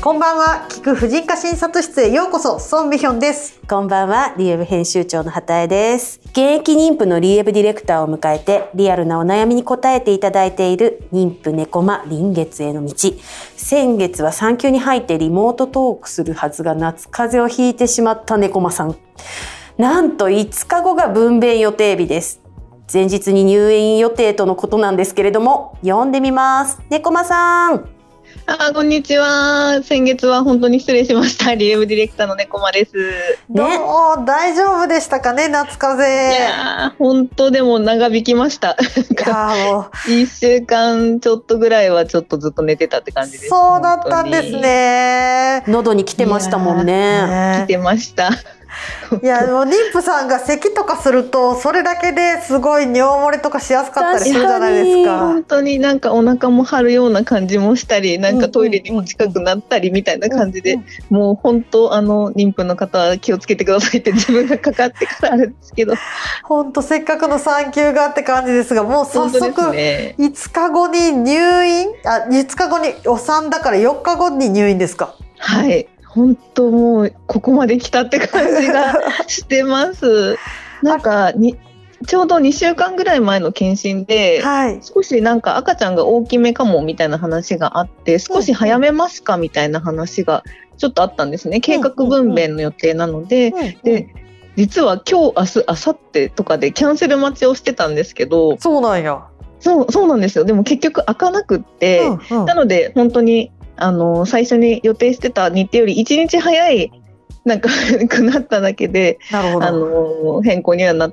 こんばんは、聞く婦人科診察室へようこそ、ソンビヒョンです。 こんばんは、リエブ編集長の畑江です。現役妊婦のリエブディレクターを迎えて、リアルなお悩みに答えていただいている妊婦猫間臨月への道。先月は産休に入ってリモートトークするはずが夏風邪をひいてしまった猫間さん。なんと5日後が分娩予定日です。前日に入院予定とのことなんですけれども、読んでみます。猫間さん。 こんにちは。先月は本当に失礼しました。リエブディレクターの猫間です。 どうも大丈夫でしたかね、夏風邪。 いや本当でも長引きました。1週間ちょっとぐらいはちょっとずっと寝てたって感じです。 そうだったんですね。 喉に来てましたもんね。 来てました。 いやもう妊婦さんが咳とかするとそれだけですごい尿漏れとかしやすかったりするじゃないですか。 本当になんかお腹も張るような感じもしたり、なんかトイレにも近くなったりみたいな感じで、もう本当妊婦の方は気をつけてくださいって自分がかかってからあるんですけど、 本当せっかくの産休がって感じですが、もう早速5日後に入院、5日後にお産だから4日後に入院ですか。 はい、本当もうここまで来たって感じがしてます。なんかちょうど2週間ぐらい前の検診で、少しなんか赤ちゃんが大きめかもみたいな話があって、少し早めますかみたいな話がちょっとあったんですね。計画分娩の予定なので、で実は今日明日明後日とかでキャンセル待ちをしてたんですけど、 そうなんや。そうなんですよ。でも結局開かなくって、なので本当に最初に予定してた日程より1日早いなんかくなっただけで、変更にはなって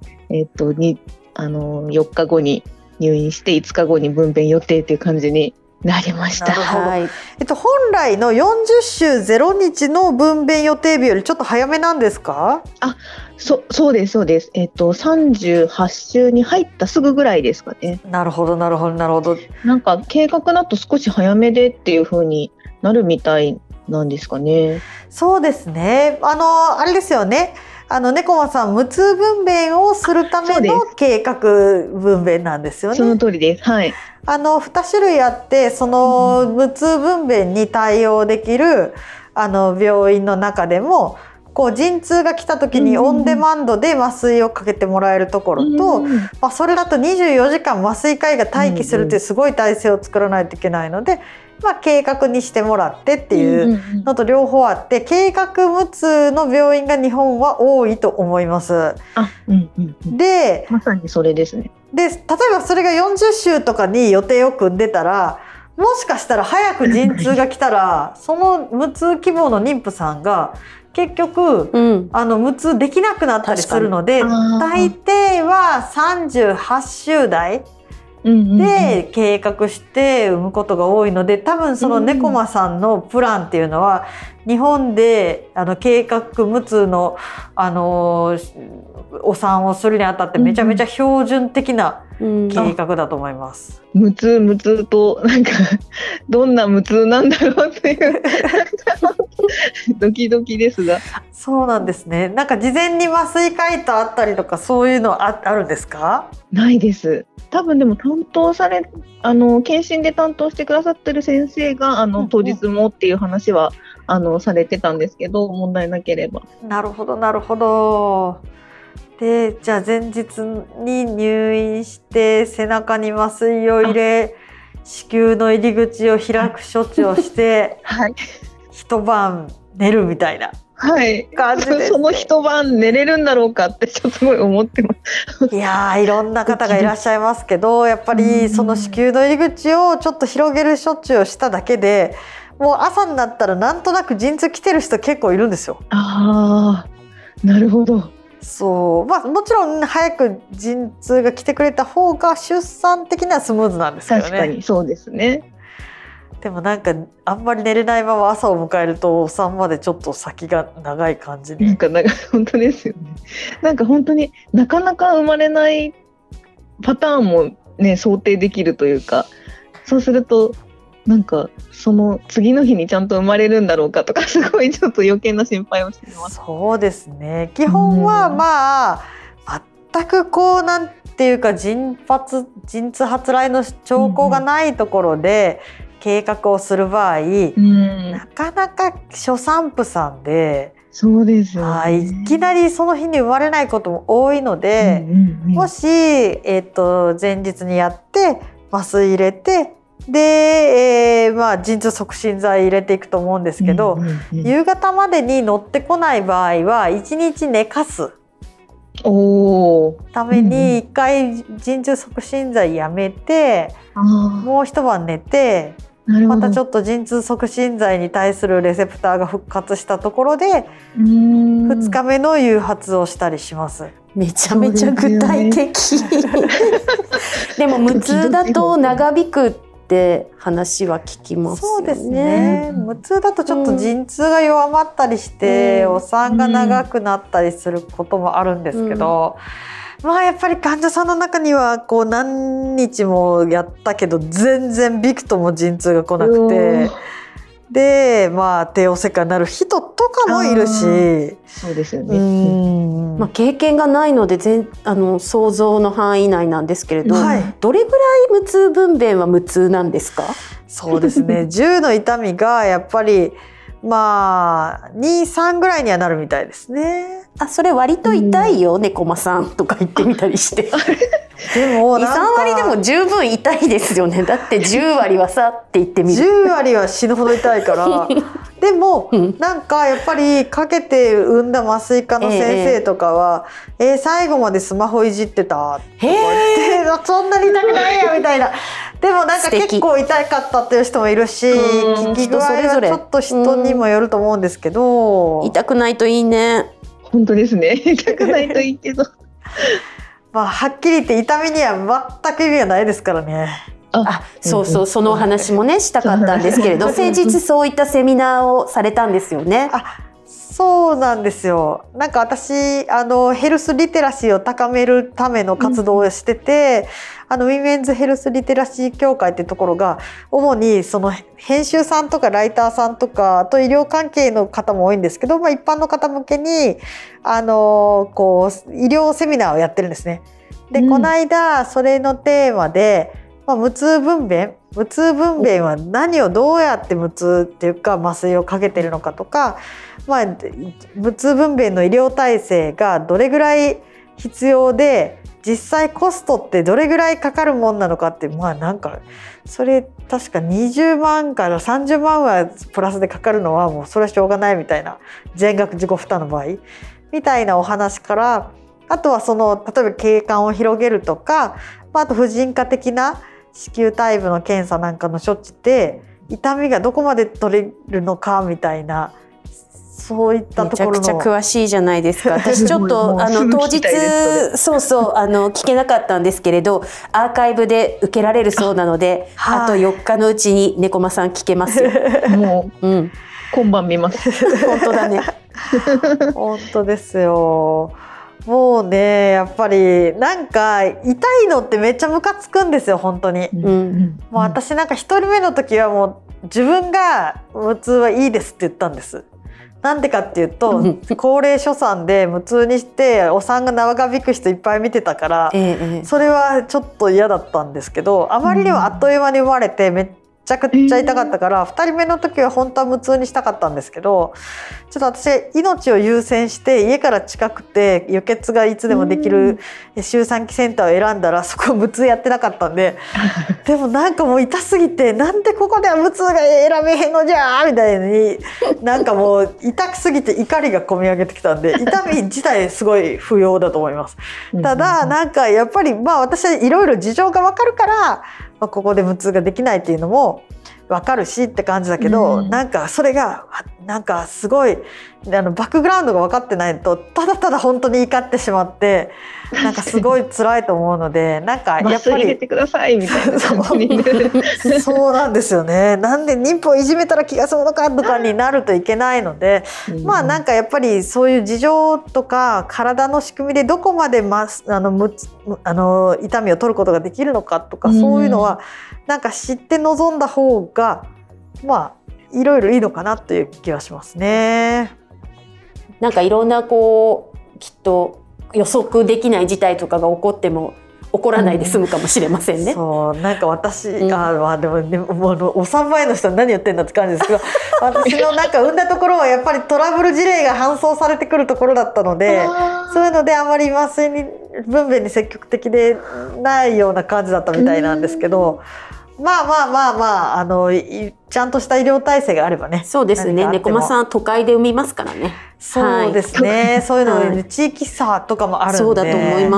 、4日後に入院して5日後に分娩予定という感じになりました。 本来の40週0日の分娩予定日よりちょっと早めなんですか？ そうですそうです。38週に入ったすぐぐらいですかね。 なるほど。 なんか計画だと少し早めでっていう風になるみたいなんですかね。 そうですね。あれですよね。猫間さん無痛分娩をするための計画分娩なんですよね。 その通りです。はい。 2種類あって、その無痛分娩に対応できる病院の中でも、こう陣痛が来た時にオンデマンドで麻酔をかけてもらえるところと、それだと24時間麻酔科医が待機するっていうすごい体制を作らないといけないので、計画にしてもらってっていうのと両方あって、計画無痛の病院が日本は多いと思います。 で、まさにそれですね。 で、例えばそれが40週とかに予定を組んでたら、もしかしたら早く陣痛が来たらその無痛希望の妊婦さんが結局、無痛できなくなったりするので、大抵は38週台で計画して産むことが多いので、多分その猫間さんのプランっていうのは日本で計画無痛のお産をするにあたってめちゃめちゃ標準的な計画だと思います。 無痛となんかどんな無痛なんだろうっていうドキドキですが。 そうなんですね。なんか事前に麻酔科医とあったりとかそういうのあるんですか？ ないです。多分でも検診で担当してくださってる先生が当日もっていう話はされてたんですけど、問題なければ。 なるほど。で、じゃあ前日に入院して背中に麻酔を入れ、子宮の入り口を開く処置をして、一晩寝るみたいな感じですね。 その一晩寝れるんだろうかってちょっとすごい思ってます。 いやいろんな方がいらっしゃいますけど、やっぱりその子宮の入り口をちょっと広げる処置をしただけで、もう朝になったらなんとなく陣痛来てる人結構いるんですよ。 なるほど。 そう、もちろん早く陣痛が来てくれた方が出産的にはスムーズなんですけどね。 確かにそうですね。 でもなんかあんまり寝れないまま朝を迎えるとお産までちょっと先が長い感じに。 本当ですよね。なんか本当になかなか生まれないパターンもね想定できるというか、そうするとなんかその次の日にちゃんと生まれるんだろうかとか、すごいちょっと余計な心配をしています。 そうですね。基本は全くこうなんていうか陣痛発来の兆候がないところで、 計画をする場合、なかなか初産婦さんで、 そうですよね、 いきなりその日に生まれないことも多いので、もし、前日にやって麻酔入れてで、陣痛促進剤入れていくと思うんですけど、夕方までに乗ってこない場合は1日寝かすために1回陣痛促進剤やめて、もう一晩寝て、またちょっと陣痛促進剤に対するレセプターが復活したところで2日目の誘発をしたりします。 めちゃめちゃ具体的でも無痛だと長引くって話は聞きますよね。 そうですね、無痛だとちょっと陣痛が弱まったりして、お産が長くなったりすることもあるんですけど、やっぱり患者さんの中にはこう何日もやったけど全然びくとも陣痛が来なくて、で帝王切開になる人とかもいるし。 そうですよね、 経験がないので想像の範囲内なんですけれど、どれぐらい無痛分娩は無痛なんですか？ そうですね10の痛みがやっぱり2、3ぐらいにはなるみたいですね。 それ割と痛いよ、猫間さんとか言ってみたりしてでも 2、3割でも十分痛いですよね。だって10割はさって言ってみる 10割は死ぬほど痛いからでもなんかやっぱりかけて産んだ麻酔科の先生とかは最後までスマホいじってたとか言ってそんなに痛くないやみたいな。でもなんか結構痛かったっていう人もいるし、効き具合はちょっと人にもよると思うんですけど、 痛くないといいね。 本当ですね、痛くないといいけどはっきり言って痛みには全く意味がないですからね。 そうそのお話もねしたかったんですけれど先日そういったセミナーをされたんですよね。 そうなんですよ。なんか私ヘルスリテラシーを高めるための活動をしてて、ウィメンズヘルスリテラシー協会っていうところが主にその編集さんとかライターさんとかあと医療関係の方も多いんですけど、一般の方向けにこう医療セミナーをやってるんですね。で、この間それのテーマで、無痛分娩は何をどうやって無痛っていうか麻酔をかけてるのかとか、無痛分娩の医療体制がどれぐらい必要で実際コストってどれぐらいかかるもんなのかって、なんかそれ確か20万から30万はプラスでかかるのはもうそれはしょうがないみたいな、全額自己負担の場合みたいなお話から、あとは例えば経管を広げるとか、あと婦人科的な子宮体部の検査なんかの処置で痛みがどこまで取れるのかみたいな、そういったところのめちゃくちゃ詳しいじゃないですか。私ちょっと当日聞けなかったんですけれどアーカイブで受けられるそうなので、あと4日のうちに猫間さん聞けますよ。 もう、今晩見ます本当だね本当ですよ。もうね、やっぱりなんか痛いのってめっちゃムカつくんですよ本当に。もう私なんか1人目の時はもう自分が無痛はいいですって言ったんです。なんでかっていうと高齢初産で無痛にしてお産が長引く人いっぱい見てたから、それはちょっと嫌だったんですけど、あまりにもあっという間に生まれてめっちゃくちゃ痛かったから、2人目の時は本当は無痛にしたかったんですけど、ちょっと私命を優先して家から近くて輸血がいつでもできる周産期センターを選んだら、そこ無痛やってなかったんででもなんかもう痛すぎて、なんでここでは無痛が選べへんのじゃーみたいに、なんかもう痛すぎて怒りがこみ上げてきたんで、痛み自体すごい不要だと思います。ただなんかやっぱり私はいろいろ事情が分かるから、ここで無痛ができないっていうのも分かるしって感じだけど、なんかそれがなんかすごいバックグラウンドが分かってないとただただ本当に怒ってしまって、なんかすごい辛いと思うので、なんかやっぱり入れてくださいみたいな感じにそうなんですよね。なんで妊婦をいじめたら気が済むのかとかになるといけないので、なんかやっぱりそういう事情とか体の仕組みでどこまで痛みを取ることができるのかとか、そういうのはなんか知って臨んだ方がいろいろいいのかなという気はしますね。 なんかいろんなきっと予測できない事態とかが起こっても怒らないで済むかもしれませんね。 そうなんか私が、まあでもねもうお産前の人は何言ってんだって感じですけど私のなんか産んだところはやっぱりトラブル事例が搬送されてくるところだったのでそういうのであまり麻酔に分娩に積極的でないような感じだったみたいなんですけど。まあちゃんとした医療体制があればね。 そうですね。猫間さん都会で産みますからね。 そうですね。そういうので、ね、地域差とかもあるんで。 そうだと思います。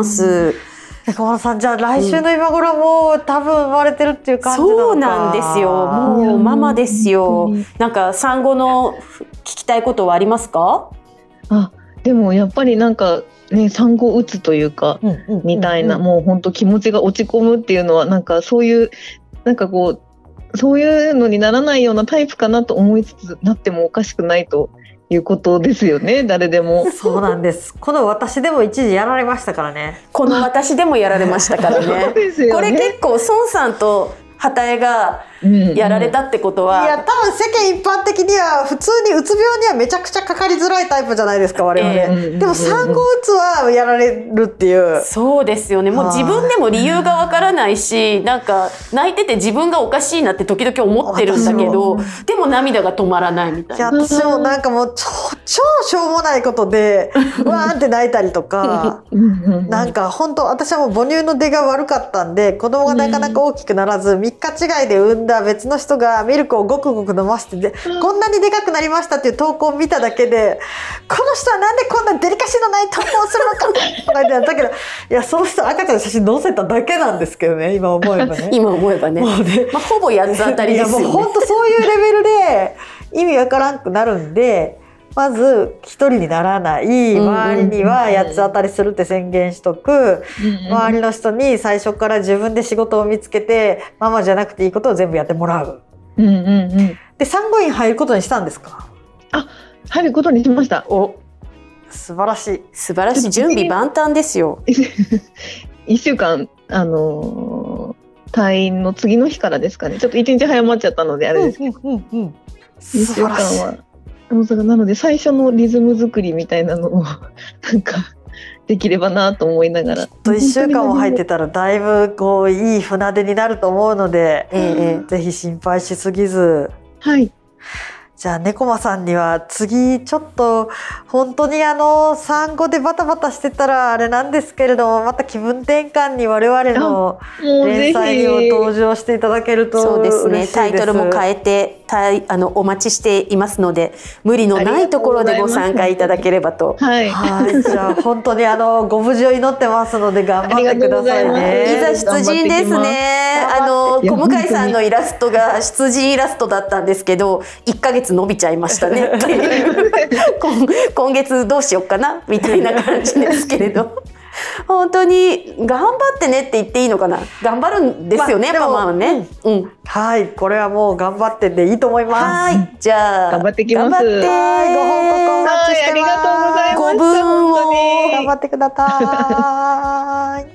猫間さんじゃあ来週の今頃はもう多分生まれてるっていう感じなのか。 そうなんですよ。もうママですよ。なんか産後の聞きたいことはありますか？ でもやっぱりなんかね、産後うつというか、みたいな、もう本当気持ちが落ち込むっていうのはなんかそういうなんかこうそういうのにならないようなタイプかなと思いつつなってもおかしくないということですよね。誰でもそうなんです。この私でも一時やられましたからね。 この私でもやられましたからね。 そうですよね。 これ結構孫さんと畑江がやられたってことは、 いや多分世間一般的には普通にうつ病にはめちゃくちゃかかりづらいタイプじゃないですか我々、でも産後うつはやられるっていう。 そうですよね。もう自分でも理由がわからないし、なんか泣いてて自分がおかしいなって時々思ってるんだけど、でも涙が止まらないみたいな。 私もなんかもう超しょうもないことでわーって泣いたりとかなんか本当私はもう母乳の出が悪かったんで子供がなかなか大きくならず3日違いで産んだ別の人がミルクをごくごく飲ませてこんなにでかくなりましたっていう投稿を見ただけでこの人はなんでこんなデリカシーのない投稿をするのかとか言ってだけどいやその人赤ちゃんの写真載せただけなんですけどね今思えばね今思えばね、まあ、ほぼ八つ当たりですよね。 いやもう本当そういうレベルで意味わからんくなるんでまず一人にならない周りには八つ当たりするって宣言しとく周りの人に最初から自分で仕事を見つけてママじゃなくていいことを全部やってもらう。で産後院入ることにしたんですか？ 入ることにしました。 お素晴らしい素晴らしい。準備万端ですよ。 1週間退院の次の日からですかね。ちょっと1日早まっちゃったのであれですけど、1週間はなので最初のリズム作りみたいなのをなんかできればなと思いながら。 1週間も入ってたらだいぶこういい船出になると思うので、ぜひ心配しすぎず。 はい。 じゃあ猫間さんには次ちょっと本当に産後でバタバタしてたらあれなんですけれどもまた気分転換に我々の連載にも登場していただけると嬉しいです。 そうですね。タイトルも変えてお待ちしていますので無理のないところでご参加いただければと。 はい。じゃあ本当にご無事を祈ってますので頑張ってくださいね。 いざ出陣ですね。小向井さんのイラストが出陣イラストだったんですけど1ヶ月伸びちゃいましたねっていう今月どうしようかなみたいな感じですけれど本当に頑張ってねって言っていいのかな。頑張るんですよね、やっぱまあね、 はい、これはもう頑張ってでいいと思います。 はい、じゃあ頑張ってきます。 頑張ってご報告お待ちしてます。 ありがとうございました。 ご分を頑張ってください。